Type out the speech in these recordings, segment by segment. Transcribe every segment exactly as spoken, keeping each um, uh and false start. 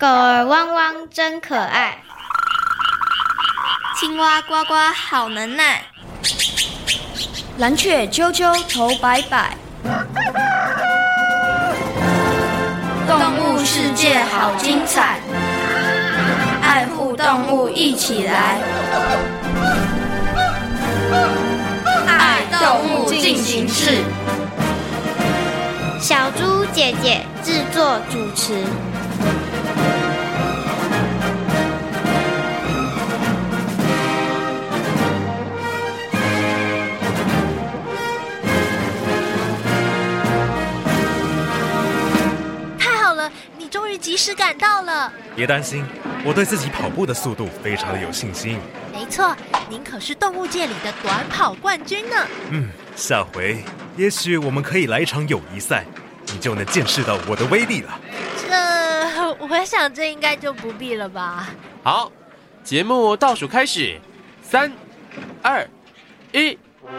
狗儿汪汪真可爱， 青蛙呱呱好能耐， 蓝雀啾啾头摆摆， 动物世界好精彩，爱护动物一起来，爱动物进行式。 小猪姐姐制作主持。 终于及时赶到了， 别担心，我对自己跑步的速度非常的有信心。 没错，您可是动物界里的短跑冠军呢。 嗯，下回也许我们可以来一场友谊赛，你就能见识到我的威力了。 这，我想这应该就不必了吧。 好，节目倒数开始，三、二、一。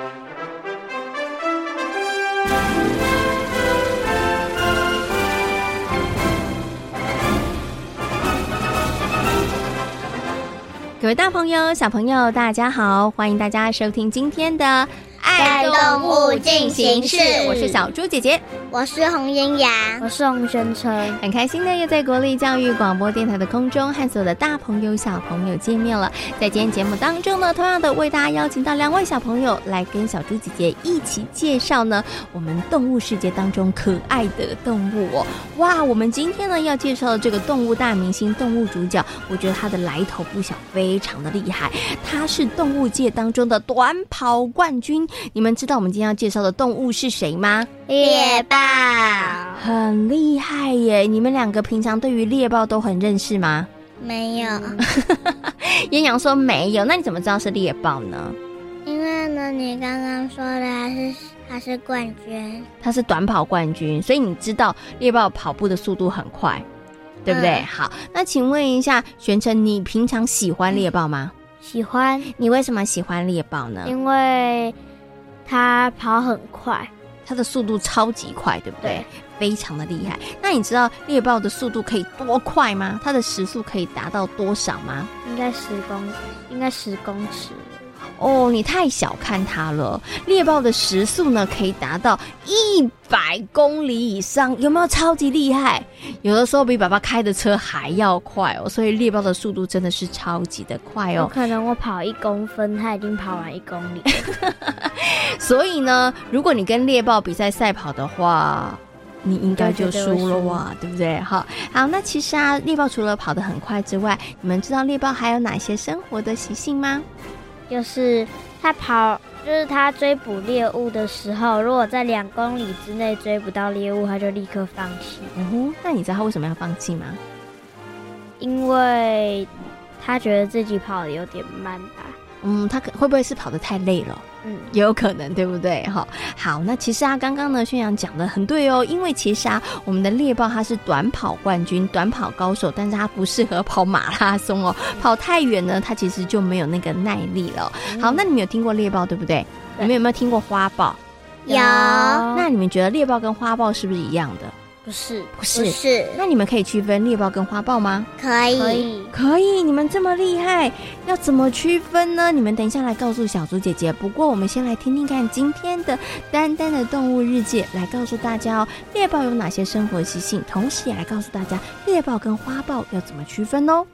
各位大朋友小朋友大家好，欢迎大家收听今天的爱动物进行式， 我是小猪姐姐， 我是洪妍雅， 我是洪轩琛， 很开心的又在国立教育广播电台的空中和所有的大朋友小朋友见面了。在今天节目当中呢，同样的为大家邀请到两位小朋友来跟小猪姐姐一起介绍呢我们动物世界当中可爱的动物哦。哇，我们今天呢要介绍的这个动物大明星动物主角，我觉得他的来头不小，非常的厉害，他是动物界当中的短跑冠军。你们知道我们今天要介绍的动物是谁吗？ 猎豹， 很厉害耶！你们两个平常对于猎豹都很认识吗？ 没有。 燕阳说没有，那你怎么知道是猎豹呢？ 因为呢，你刚刚说的他是他是冠军， 他是短跑冠军，所以你知道猎豹跑步的速度很快，对不对？嗯、好，那请问一下玄琛，你平常喜欢猎豹吗？ 喜欢。 你为什么喜欢猎豹呢？ 因为它跑很快， 它的速度超级快，对不对？ 对， 非常的厉害。那你知道猎豹的速度可以多快吗？它的时速可以达到多少吗？ 应该十公，应该十公尺。 哦，你太小看它了。猎豹的时速呢，可以达到一百公里以上，有没有超级厉害？有的时候比爸爸开的车还要快哦，所以猎豹的速度真的是超级的快哦。 有可能我跑一公分，它已经跑完一公里。 所以呢，如果你跟猎豹比赛赛跑的话，你应该就输了哇，对不对？好，好，那其实啊，猎豹除了跑得很快之外，你们知道猎豹还有哪些生活的习性吗？ 就是它跑，就是它追捕猎物的时候，如果在两公里之内追不到猎物，它就立刻放弃。 嗯哼，那你知道它为什么要放弃吗？ 因为它觉得自己跑得有点慢吧。 嗯，它会不会是跑得太累了？ 嗯， 也有可能，对不对？好，好，那其实啊，刚刚呢，宣阳讲的很对哦，因为其实啊，我们的猎豹它是短跑冠军、短跑高手，但是它不适合跑马拉松哦，跑太远呢，它其实就没有那个耐力了。嗯、好，那你们有听过猎豹对不对？对，你们有没有听过花豹？ 有。 那你们觉得猎豹跟花豹是不是一样的？ 不是， 不是， 不是。 那你们可以区分猎豹跟花豹吗？ 可以， 可以， 可以。你们这么厉害，要怎么区分呢？你们等一下来告诉小猪姐姐。不过我们先来听听看今天的丹丹的动物日记，来告诉大家哦，猎豹有哪些生活习性，同时也来告诉大家猎豹跟花豹要怎么区分哦。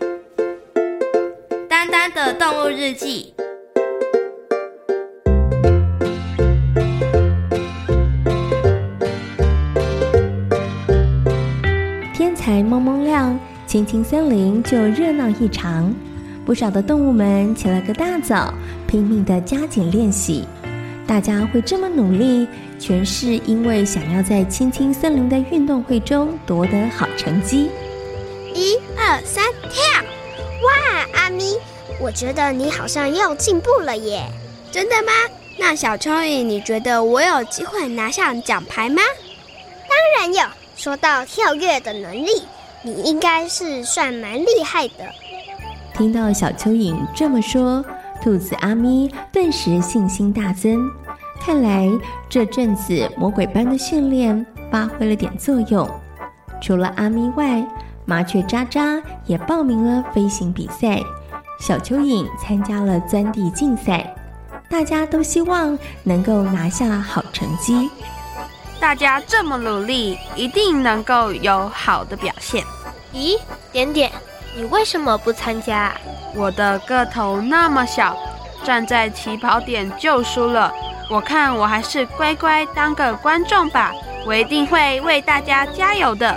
丹丹的动物日记。 天才蒙蒙亮，青青森林就热闹异常。不少的动物们起了个大早，拼命地加紧练习。大家会这么努力，全是因为想要在青青森林的运动会中夺得好成绩。 一二三，跳！哇，阿咪，我觉得你好像又进步了耶。 真的吗？那小蚯蚓，你觉得我有机会拿下奖牌吗？ 当然有。说到跳跃的能力，你应该是算蛮厉害的。 听到小蚯蚓这么说，兔子阿咪顿时信心大增。看来这阵子魔鬼般的训练发挥了点作用。除了阿咪外， 麻雀喳喳也报名了飞行比赛，小蚯蚓参加了钻地竞赛，大家都希望能够拿下好成绩。 大家这么努力，一定能够有好的表现。 咦，点点，你为什么不参加？ 我的个头那么小，站在起跑点就输了。我看我还是乖乖当个观众吧，我一定会为大家加油的。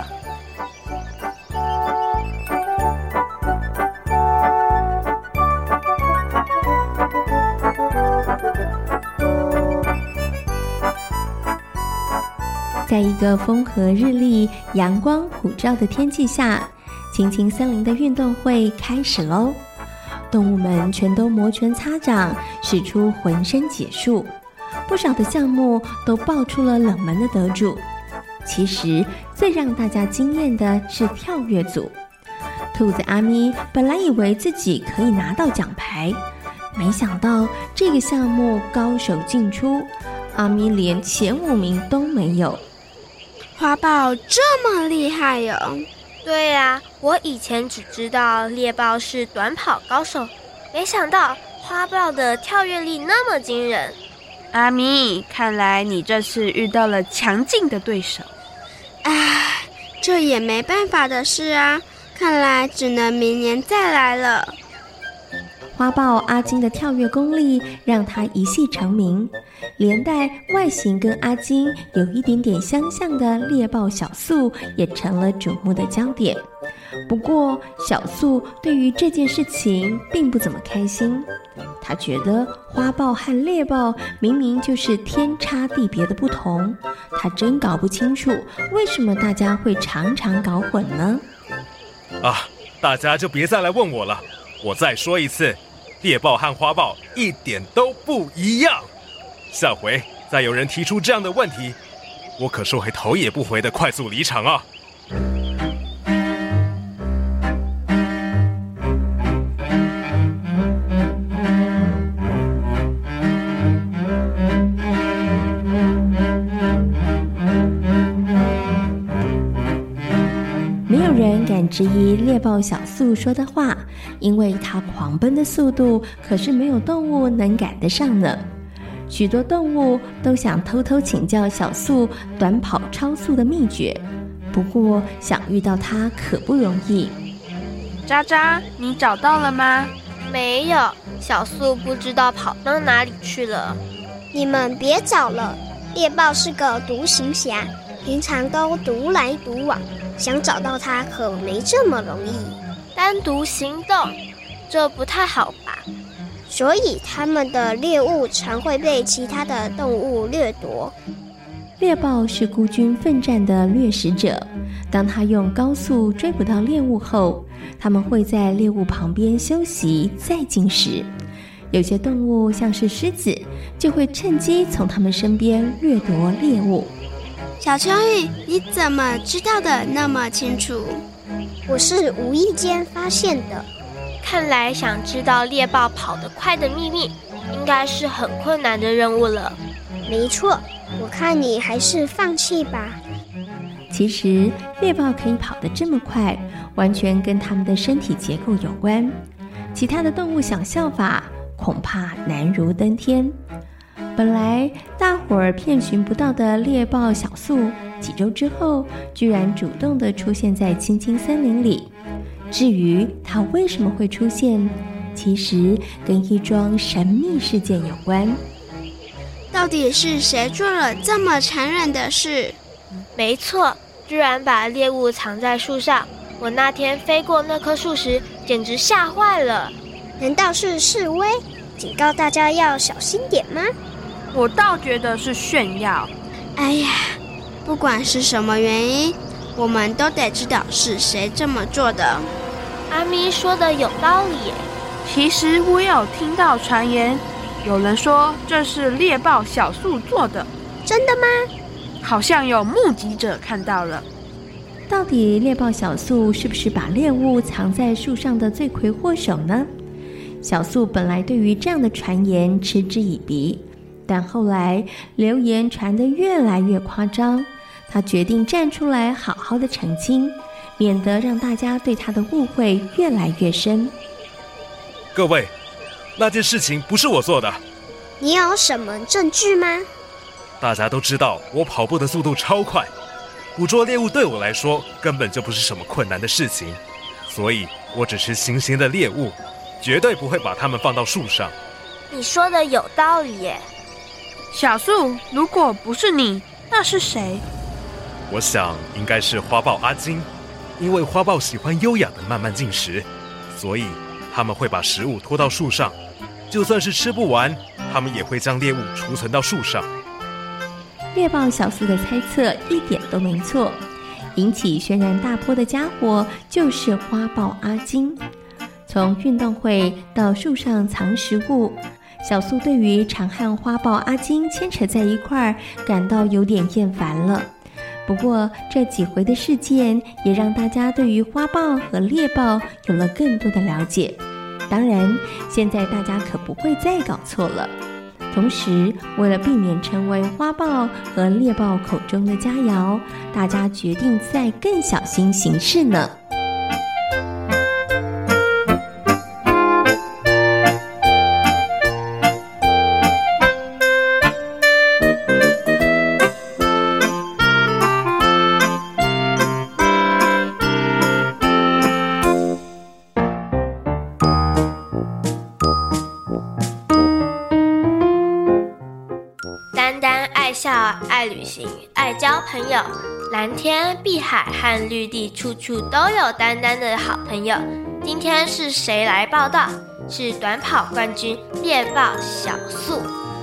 在一个风和日丽、阳光普照的天气下，青青森林的运动会开始喽！动物们全都摩拳擦掌，使出浑身解数。不少的项目都爆出了冷门的得主。其实最让大家惊艳的是跳跃组。兔子阿咪本来以为自己可以拿到奖牌，没想到这个项目高手尽出，阿咪连前五名都没有。 花豹这么厉害哟、哦！ 对啊，我以前只知道猎豹是短跑高手，没想到花豹的跳跃力那么惊人。 阿咪，看来你这次遇到了强劲的对手。唉，这也没办法的事啊，看来只能明年再来了。 花豹阿金的跳跃功力让他一戏成名，连带外形跟阿金有一点点相像的猎豹小素也成了瞩目的焦点。不过小素对于这件事情并不怎么开心，他觉得花豹和猎豹明明就是天差地别的不同，他真搞不清楚为什么大家会常常搞混呢？ 啊，大家就别再来问我了，我再说一次，猎豹和花豹一点都不一样。下回再有人提出这样的问题，我可是会头也不回的快速离场啊！ 没有人敢质疑猎豹小素说的话，因为它狂奔的速度可是没有动物能赶得上呢。许多动物都想偷偷请教小素短跑超速的秘诀，不过想遇到它可不容易。 渣渣，你找到了吗？ 没有，小素不知道跑到哪里去了。 你们别找了，猎豹是个独行侠，平常都独来独往，想找到它可没这么容易。 单独行动，这不太好吧？ 所以他们的猎物常会被其他的动物掠夺。 猎豹是孤军奋战的掠食者，当他用高速追捕到猎物后，他们会在猎物旁边休息再进食。有些动物像是狮子，就会趁机从他们身边掠夺猎物。 小蚯蚓，你怎么知道的那么清楚？ 我是无意间发现的。 看来想知道猎豹跑得快的秘密，应该是很困难的任务了。 没错，我看你还是放弃吧。 其实猎豹可以跑得这么快，完全跟它们的身体结构有关。其他的动物想效法，恐怕难如登天。本来大伙儿遍寻不到的猎豹小素，几周之后居然主动地出现在青青森林里。至于它为什么会出现，其实跟一桩神秘事件有关。 到底是谁做了这么残忍的事？ 没错，居然把猎物藏在树上。我那天飞过那棵树时，简直吓坏了。 难道是示威，警告大家要小心点吗？ 我倒觉得是炫耀。哎呀，不管是什么原因，我们都得知道是谁这么做的。 阿咪说的有道理耶。 其实我有听到传言，有人说这是猎豹小素做的。 真的吗？ 好像有目击者看到了。 到底猎豹小素是不是把猎物藏在树上的罪魁祸首呢？小素本来对于这样的传言嗤之以鼻，但后来流言传得越来越夸张，他决定站出来好好的澄清， 免得让大家对他的误会越来越深。 各位，那件事情不是我做的。 你有什么证据吗？ 大家都知道我跑步的速度超快，捕捉猎物对我来说根本就不是什么困难的事情，所以我只吃新鲜的猎物，绝对不会把它们放到树上。 你说的有道理耶。 小树，如果不是你，那是谁？ 我想应该是花豹阿金，因为花豹喜欢优雅的慢慢进食，所以他们会把食物拖到树上，就算是吃不完，他们也会将猎物储存到树上。 猎豹小苏的猜测一点都没错，引起轩然大波的家伙就是花豹阿金。从运动会到树上藏食物，小苏对于常和花豹阿金牵扯在一块儿感到有点厌烦了。不过这几回的事件也让大家对于花豹和猎豹有了更多的了解。当然，现在大家可不会再搞错了。同时，为了避免成为花豹和猎豹口中的佳肴，大家决定再更小心行事呢。 爱旅行，爱交朋友，蓝天、碧海和绿地，处处都有丹丹的好朋友。今天是谁来报道？是短跑冠军猎豹小素。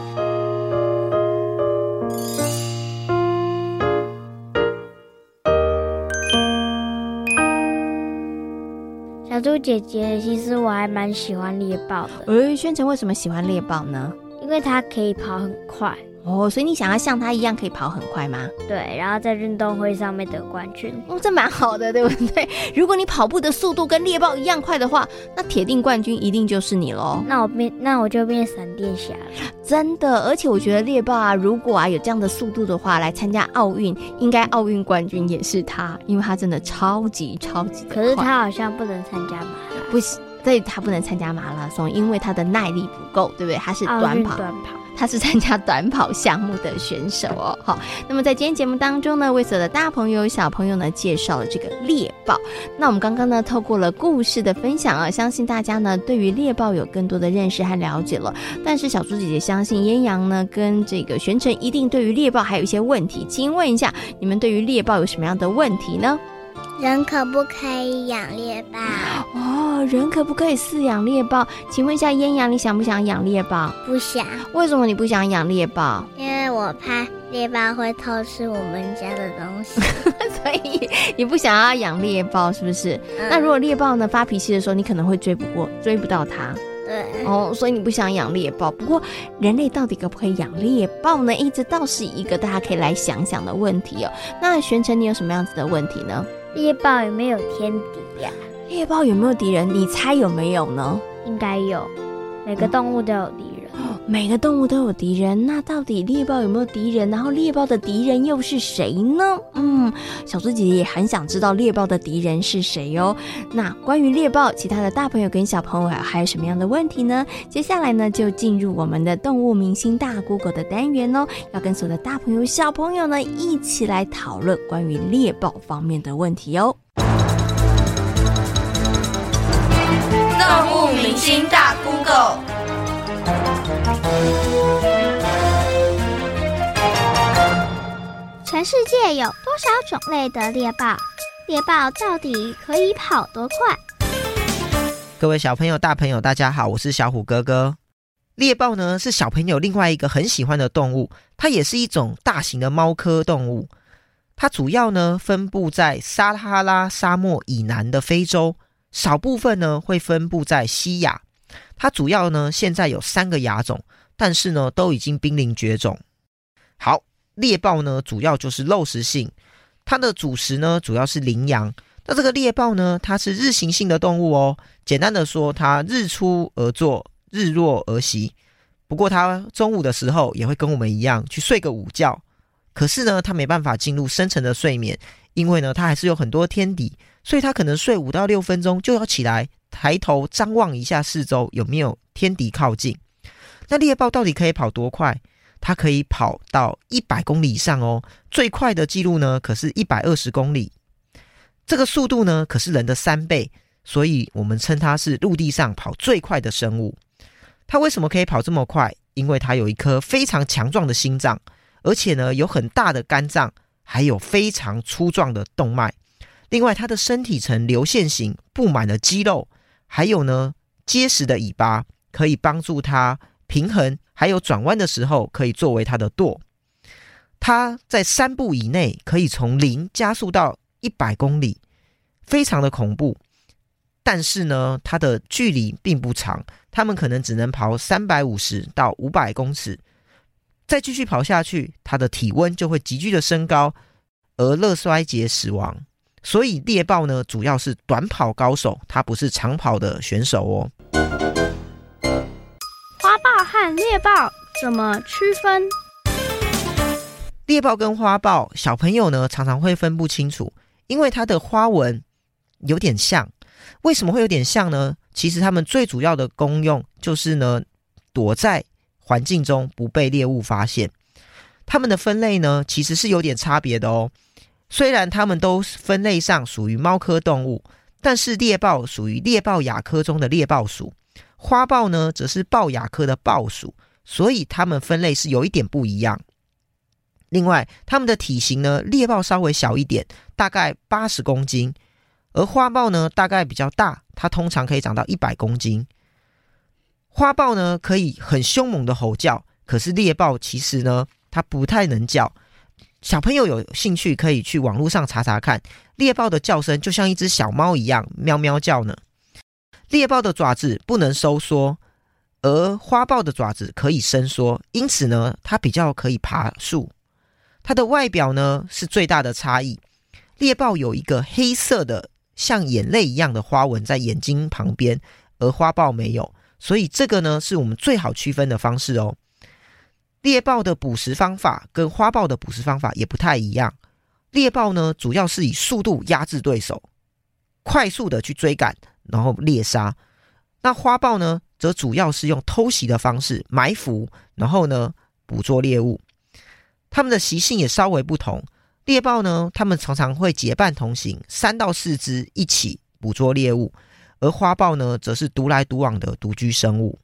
小猪姐姐，其实我还蛮喜欢猎豹的。 呃，宣城为什么喜欢猎豹呢？ 因为它可以跑很快。 哦，所以你想要像他一样可以跑很快吗？ 对，然后在运动会上面得冠军。 哦，这蛮好的，对不对？如果你跑步的速度跟猎豹一样快的话，那铁定冠军一定就是你咯。 那我变，那我就变闪电侠了。 真的，而且我觉得猎豹啊，如果啊有这样的速度的话，来参加奥运，应该奥运冠军也是他，因为他真的超级超级的快。 可是他好像不能参加马拉松。 不是，对，他不能参加马拉松，因为他的耐力不够，对不对？他是短跑。 短跑。 他是参加短跑项目的选手哦。好，那么在今天节目当中呢，为所有的大朋友小朋友呢介绍了这个猎豹。那我们刚刚呢透过了故事的分享啊，相信大家呢对于猎豹有更多的认识和了解了。但是小猪姐姐相信燕阳呢跟这个玄成一定对于猎豹还有一些问题，请问一下你们对于猎豹有什么样的问题呢？ 人可不可以养猎豹？ 哦，人可不可以饲养猎豹？请问一下燕阳，你想不想养猎豹？ 不想。 为什么你不想养猎豹？ 因为我怕猎豹会偷吃我们家的东西。 所以你不想要养猎豹是不是？嗯、那如果猎豹呢发脾气的时候，你可能会追不过，追不到它。 对哦，所以你不想养猎豹。不过人类到底可不可以养猎豹呢？一直倒是一个大家可以来想想的问题哦。那玄成，你有什么样子的问题呢？ 猎豹有没有天敌呀、啊？ 猎豹有没有敌人？你猜有没有呢？ 应该有，每个动物都有敌人。 嗯、每个动物都有敌人，那到底猎豹有没有敌人？然后猎豹的敌人又是谁呢？嗯，小猪姐姐也很想知道猎豹的敌人是谁哦。那关于猎豹，其他的大朋友跟小朋友还有什么样的问题呢？接下来呢，就进入我们的动物明星大 Google 的单元哦，要跟所有的大朋友小朋友呢一起来讨论关于猎豹方面的问题哦。 动物明星大 Google。 全世界有多少种类的猎豹？猎豹到底可以跑多快？ 各位小朋友大朋友大家好，我是小虎哥哥。猎豹呢是小朋友另外一个很喜欢的动物，它也是一种大型的猫科动物。它主要呢分布在撒哈拉沙漠以南的非洲，少部分呢会分布在西亚。它主要呢现在有三个亚种，但是呢都已经濒临绝种。好，猎豹呢主要就是肉食性，它的主食呢主要是羚羊。那这个猎豹呢它是日行性的动物哦，简单的说它日出而作，日落而息。不过它中午的时候也会跟我们一样去睡个午觉，可是呢它没办法进入深层的睡眠，因为呢它还是有很多天敌， 所以它可能睡五到六分钟就要起来，抬头张望一下四周有没有天敌靠近。那猎豹到底可以跑多快？它可以跑到一百公里以上哦，最快的记录呢可是一百二十公里。这个速度呢可是人的三倍，所以我们称它是陆地上跑最快的生物。它为什么可以跑这么快？因为它有一颗非常强壮的心脏，而且呢有很大的肝脏，还有非常粗壮的动脉。另外它的身体呈流线型，布满了肌肉，还有呢结实的尾巴，可以帮助它平衡，还有转弯的时候可以作为它的舵。它在三步以内可以从零加速到一百公里，非常的恐怖。但是呢它的距离并不长，它们可能只能跑三百五十到五百公尺，再继续跑下去，它的体温就会急剧的升高，而热衰竭死亡。所以猎豹呢主要是短跑高手，它不是长跑的选手哦。 花豹和猎豹怎么区分？ 猎豹跟花豹，小朋友呢常常会分不清楚，因为它的花纹有点像。为什么会有点像呢？其实它们最主要的功用就是呢躲在环境中不被猎物发现。它们的分类呢其实是有点差别的哦。虽然它们都分类上属于猫科动物，但是猎豹属于猎豹亚科中的猎豹属，花豹呢则是豹亚科的豹属，所以它们分类是有一点不一样。另外它们的体型呢，猎豹稍微小一点，大概八十公斤，而花豹呢大概比较大，它通常可以长到一百公斤。花豹呢可以很凶猛的吼叫，可是猎豹其实呢它不太能叫。小朋友有兴趣可以去网络上查查看，猎豹的叫声就像一只小猫一样喵喵叫呢。猎豹的爪子不能收缩，而花豹的爪子可以伸缩，因此呢它比较可以爬树。它的外表呢是最大的差异，猎豹有一个黑色的像眼泪一样的花纹在眼睛旁边，而花豹没有，所以这个呢是我们最好区分的方式哦。猎豹的捕食方法跟花豹的捕食方法也不太一样。猎豹呢主要是以速度压制对手，快速的去追赶然后猎杀。那花豹呢则主要是用偷袭的方式埋伏，然后呢捕捉猎物。它们的习性也稍微不同，猎豹呢它们常常会结伴同行，三到四只一起捕捉猎物，而花豹呢则是独来独往的独居生物。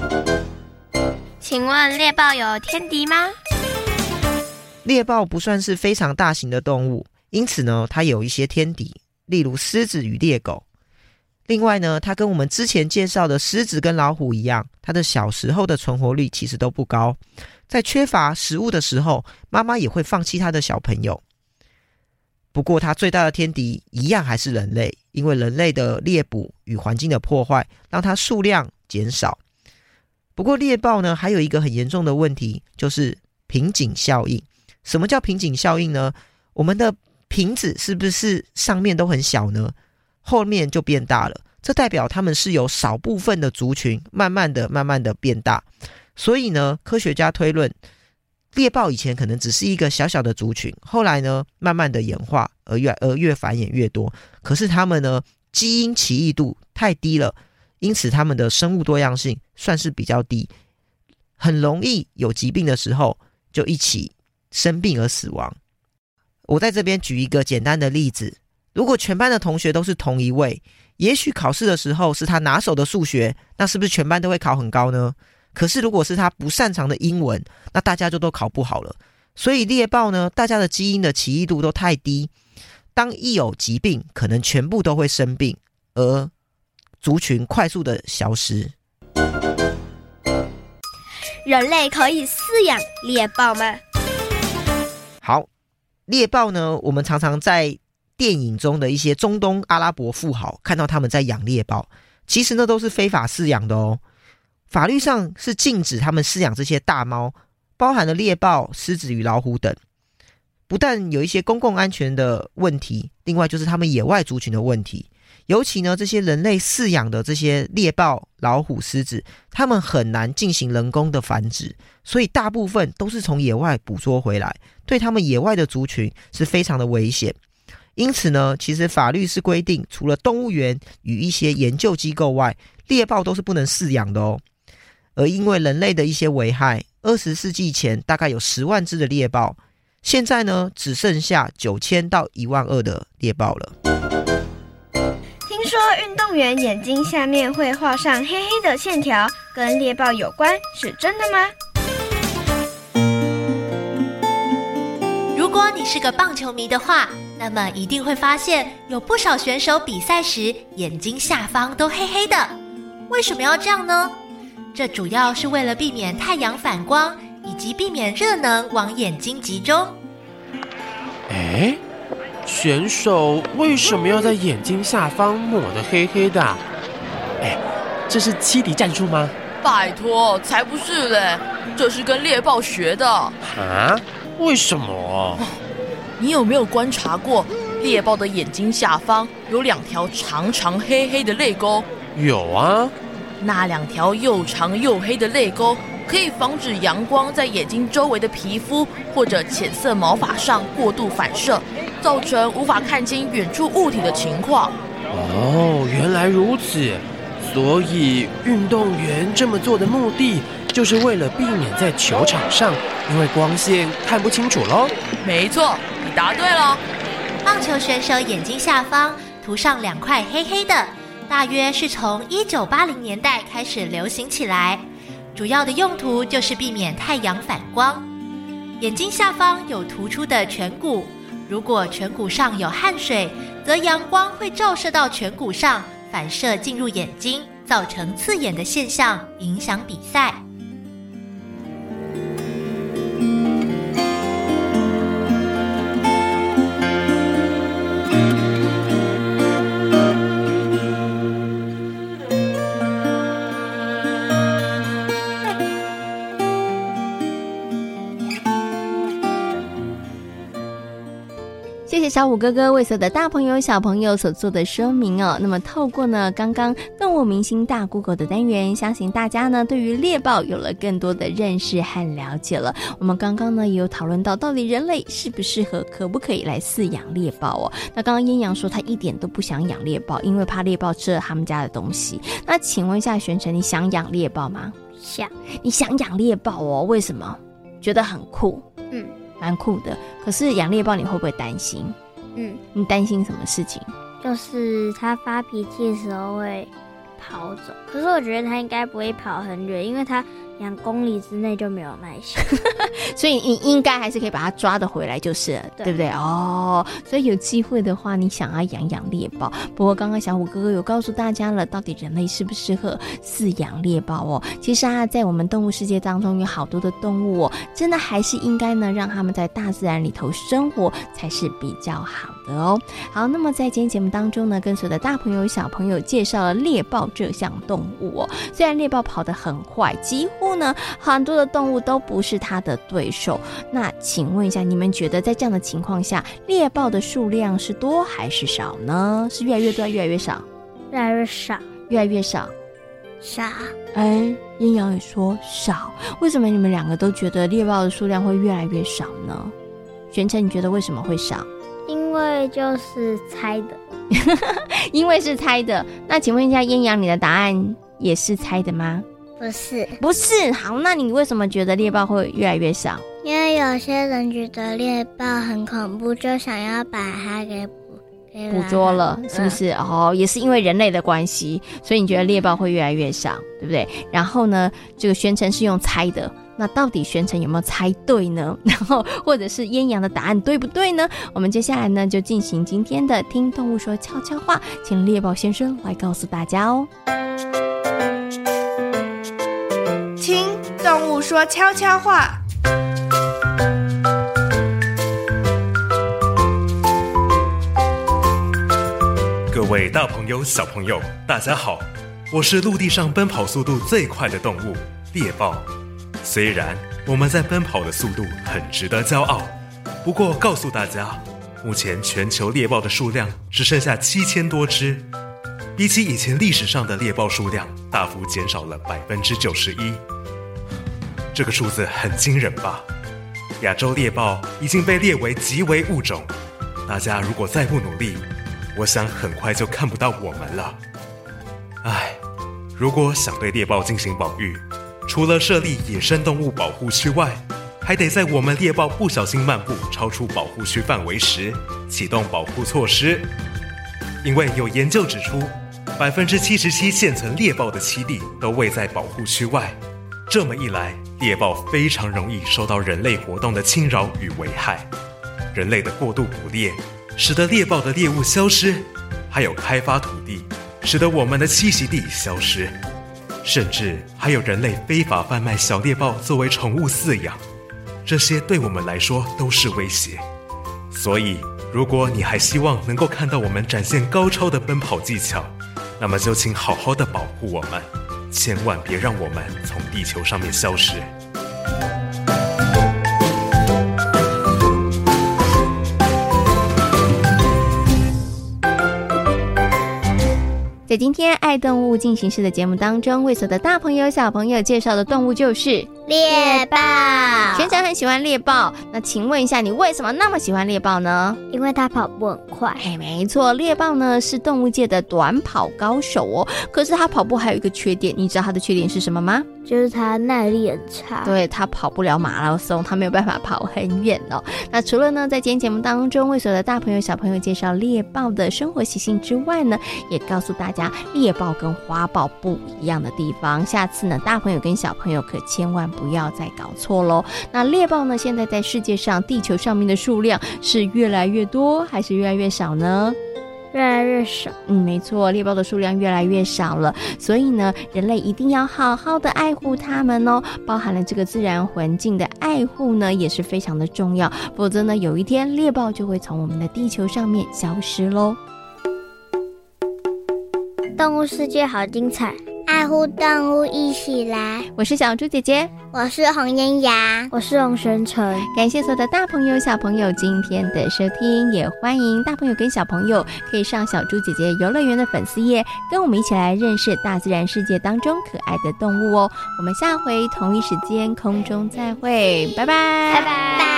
请问猎豹有天敌吗？ 猎豹不算是非常大型的动物，因此呢它有一些天敌，例如狮子与猎狗。另外呢它跟我们之前介绍的狮子跟老虎一样，它的小时候的存活率其实都不高，在缺乏食物的时候，妈妈也会放弃它的小朋友。不过它最大的天敌一样还是人类，因为人类的猎捕与环境的破坏让它数量减少。不过猎豹呢还有一个很严重的问题，就是瓶颈效应。什么叫瓶颈效应呢？我们的瓶子是不是上面都很小呢？后面就变大了，这代表它们是由少部分的族群慢慢的慢慢的变大。所以呢科学家推论，猎豹以前可能只是一个小小的族群，后来呢慢慢的演化而越而越繁衍越多。可是它们呢基因奇异度太低了，因此它们的生物多样性算是比较低，很容易有疾病的时候就一起生病而死亡。我在这边举一个简单的例子，如果全班的同学都是同一位，也许考试的时候是他拿手的数学，那是不是全班都会考很高呢？可是如果是他不擅长的英文，那大家就都考不好了。所以猎豹呢，大家的基因的奇异度都太低，当一有疾病可能全部都会生病，而族群快速的消失。 人类可以饲养猎豹吗？ 好，猎豹呢我们常常在电影中的一些中东阿拉伯富豪看到他们在养猎豹，其实呢都是非法饲养的哦。法律上是禁止他们饲养这些大猫，包含了猎豹、狮子与老虎等。不但有一些公共安全的问题，另外就是他们野外族群的问题。尤其呢这些人类饲养的这些猎豹、老虎、狮子，他们很难进行人工的繁殖，所以大部分都是从野外捕捉回来，对他们野外的族群是非常的危险。 因此呢，其实法律是规定，除了动物园与一些研究机构外，猎豹都是不能饲养的哦。而因为人类的一些危害，二十世纪前大概有十万只的猎豹，现在呢只剩下九千到一万二的猎豹了。 听说运动员眼睛下面会画上黑黑的线条，跟猎豹有关，是真的吗？ 如果你是个棒球迷的话，那么一定会发现有不少选手比赛时眼睛下方都黑黑的。为什么要这样呢？这主要是为了避免太阳反光，以及避免热能往眼睛集中。 哎，选手为什么要在眼睛下方抹得黑黑的啊？哎，这是欺敌战术吗？ 拜托，才不是嘞，这是跟猎豹学的。 啊？为什么？ 你有没有观察过，猎豹的眼睛下方有两条长长黑黑的泪沟？ 有啊。 那两条又长又黑的泪沟可以防止阳光在眼睛周围的皮肤或者浅色毛发上过度反射，造成无法看清远处物体的情况。 哦，原来如此。所以运动员这么做的目的，就是为了避免在球场上因为光线看不清楚咯。 没错，你答对了。 棒球选手眼睛下方涂上两块黑黑的，大约是从一九八零年代开始流行起来，主要的用途就是避免太阳反光。眼睛下方有突出的颧骨，如果颧骨上有汗水，则阳光会照射到颧骨上，反射进入眼睛，造成刺眼的现象，影响比赛。 谢谢小虎哥哥为所有的大朋友小朋友所做的说明哦。那么透过呢刚刚动物明星大 Google 的单元，相信大家呢对于猎豹有了更多的认识和了解了。我们刚刚呢也有讨论到，到底人类适不适合，可不可以来饲养猎豹哦？那刚刚燕阳说他一点都不想养猎豹，因为怕猎豹吃了他们家的东西。那请问一下璇璇，你想养猎豹吗？ 想。 你想养猎豹哦？为什么？觉得很酷？ 嗯。 蛮酷的，可是养猎豹你会不会担心？ 嗯， 你担心什么事情？ 就是它发脾气的时候会跑走，可是我觉得它应该不会跑很远，因为它两公里之内就没有耐心， 所以你应该还是可以把它抓得回来就是了， 对, 对不对？哦，所以有机会的话，你想要养养猎豹。不过刚刚小虎哥哥有告诉大家了，到底人类适不适合饲养猎豹哦？其实啊，在我们动物世界当中有好多的动物哦，真的还是应该呢让他们在大自然里头生活才是比较好的哦。好，那么在今天节目当中呢，跟所有的大朋友小朋友介绍了猎豹这项动物哦。虽然猎豹跑得很快，几乎呢很多的动物都不是它的对手。那请问一下，你们觉得在这样的情况下，猎豹的数量是多还是少呢？是越来越多越来越少？ 越来越少。 越来越少。 少。 哎，燕阳也说少。为什么你们两个都觉得猎豹的数量会越来越少呢？璇璇，你觉得为什么会少？ 因为就是猜的。 因为是猜的。那请问一下燕阳，你的答案也是猜的吗？ 不是。 不是。好，那你为什么觉得猎豹会越来越少？ 因为有些人觉得猎豹很恐怖，就想要把它给捕给捕捉了，是不是？嗯、哦，也是因为人类的关系，所以你觉得猎豹会越来越少，对不对？然后呢，这个宣称是用猜的，那到底宣称有没有猜对呢？然后或者是燕阳的答案对不对呢？我们接下来呢就进行今天的听动物说悄悄话，请猎豹先生来告诉大家哦。 听动物说悄悄话。 各位大朋友小朋友大家好，我是陆地上奔跑速度最快的动物猎豹。虽然我们在奔跑的速度很值得骄傲，不过告诉大家，目前全球猎豹的数量只剩下七千多只，比起以前历史上的猎豹数量大幅减少了百分之九十一。这个数字很惊人吧？亚洲猎豹已经被列为极危物种， 大家如果再不努力，我想很快就看不到我们了。唉，如果想对猎豹进行保育，除了设立野生动物保护区外，还得在我们猎豹不小心漫步超出保护区范围时，启动保护措施。因为有研究指出，百分之七十七现存猎豹的栖地都位在保护区外。这么一来，猎豹非常容易受到人类活动的侵扰与危害。人类的过度捕猎，使得猎豹的猎物消失，还有开发土地，使得我们的栖息地消失，甚至还有人类非法贩卖小猎豹作为宠物饲养。这些对我们来说都是威胁。所以，如果你还希望能够看到我们展现高超的奔跑技巧，那么就请好好的保护我们，千万别让我们从地球上面消失。 在今天爱动物进行式的节目当中，为所有的大朋友小朋友介绍的动物就是猎豹。 全程很喜欢猎豹，那请问一下，你为什么那么喜欢猎豹呢？ 因为它跑步很快。 哎，没错，猎豹呢是动物界的短跑高手哦。可是它跑步还有一个缺点，你知道它的缺点是什么吗？ 就是它耐力很差。 对，它跑不了马拉松，它没有办法跑很远哦。那除了呢，在今天节目当中为所有的大朋友小朋友介绍猎豹的生活习性之外呢，也告诉大家猎豹跟花豹不一样的地方。下次呢，大朋友跟小朋友可千万不要再搞错咯。那猎豹呢，现在在世界上地球上面的数量是越来越多还是越来越少呢？ 越来越少。 嗯，没错，猎豹的数量越来越少了，所以呢，人类一定要好好的爱护它们哦。包含了这个自然环境的爱护呢，也是非常的重要，否则呢，有一天猎豹就会从我们的地球上面消失咯。 动物世界好精彩， 爱护动物一起来。 我是小猪姐姐， 我是洪妍雅， 我是洪璇成。 感谢所有的大朋友小朋友今天的收听，也欢迎大朋友跟小朋友可以上小猪姐姐游乐园的粉丝页，跟我们一起来认识大自然世界当中可爱的动物哦。我们下回同一时间空中再会，拜拜， 拜拜。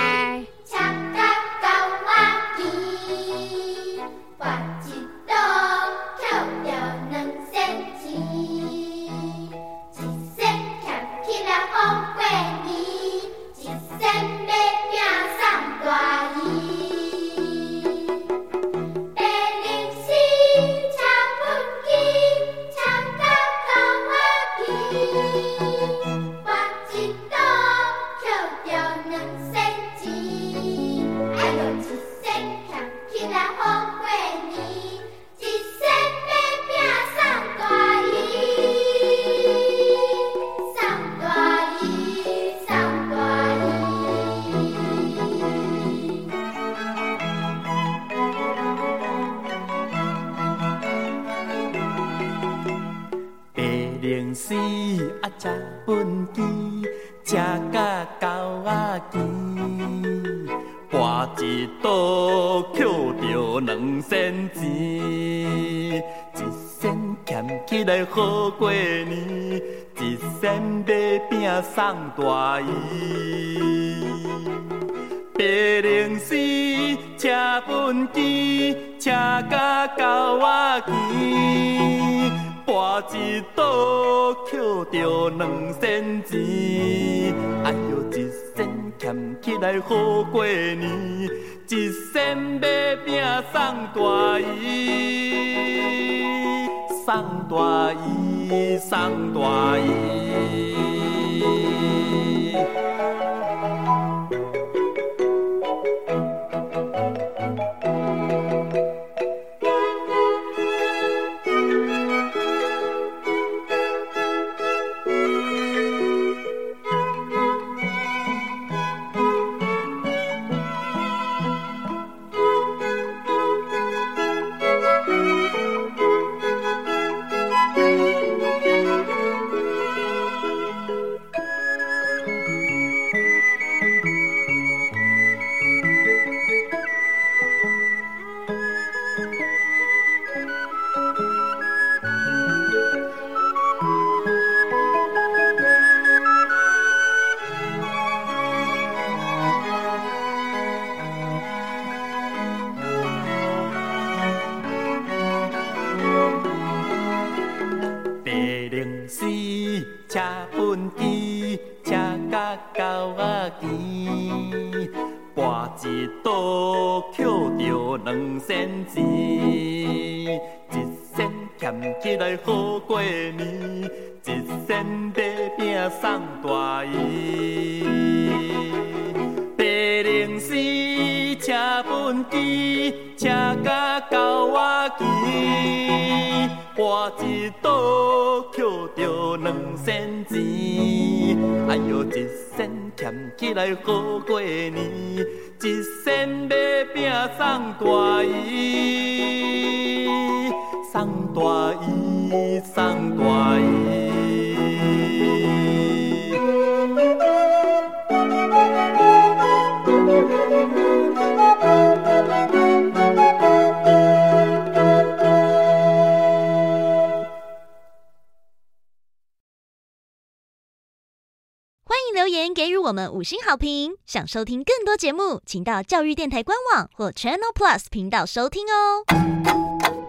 送大姨，白零四车本机，车甲狗仔机，跋一倒捡着两仙钱，哎呦一仙俭起来好过年，一仙买饼送大姨，送大姨，送大姨。 两仙钱，一仙俭起来好过年，一仙买饼送大姨。白零四车本机，车甲狗仔骑，活一倒捡着两仙钱。哎呦，一仙俭起来好过年，一仙买饼送大姨，送大姨，送大姨。 欢迎留言给予我们五星好评。想收听更多节目，请到教育电台官网或 Channel Plus 频道收听哦。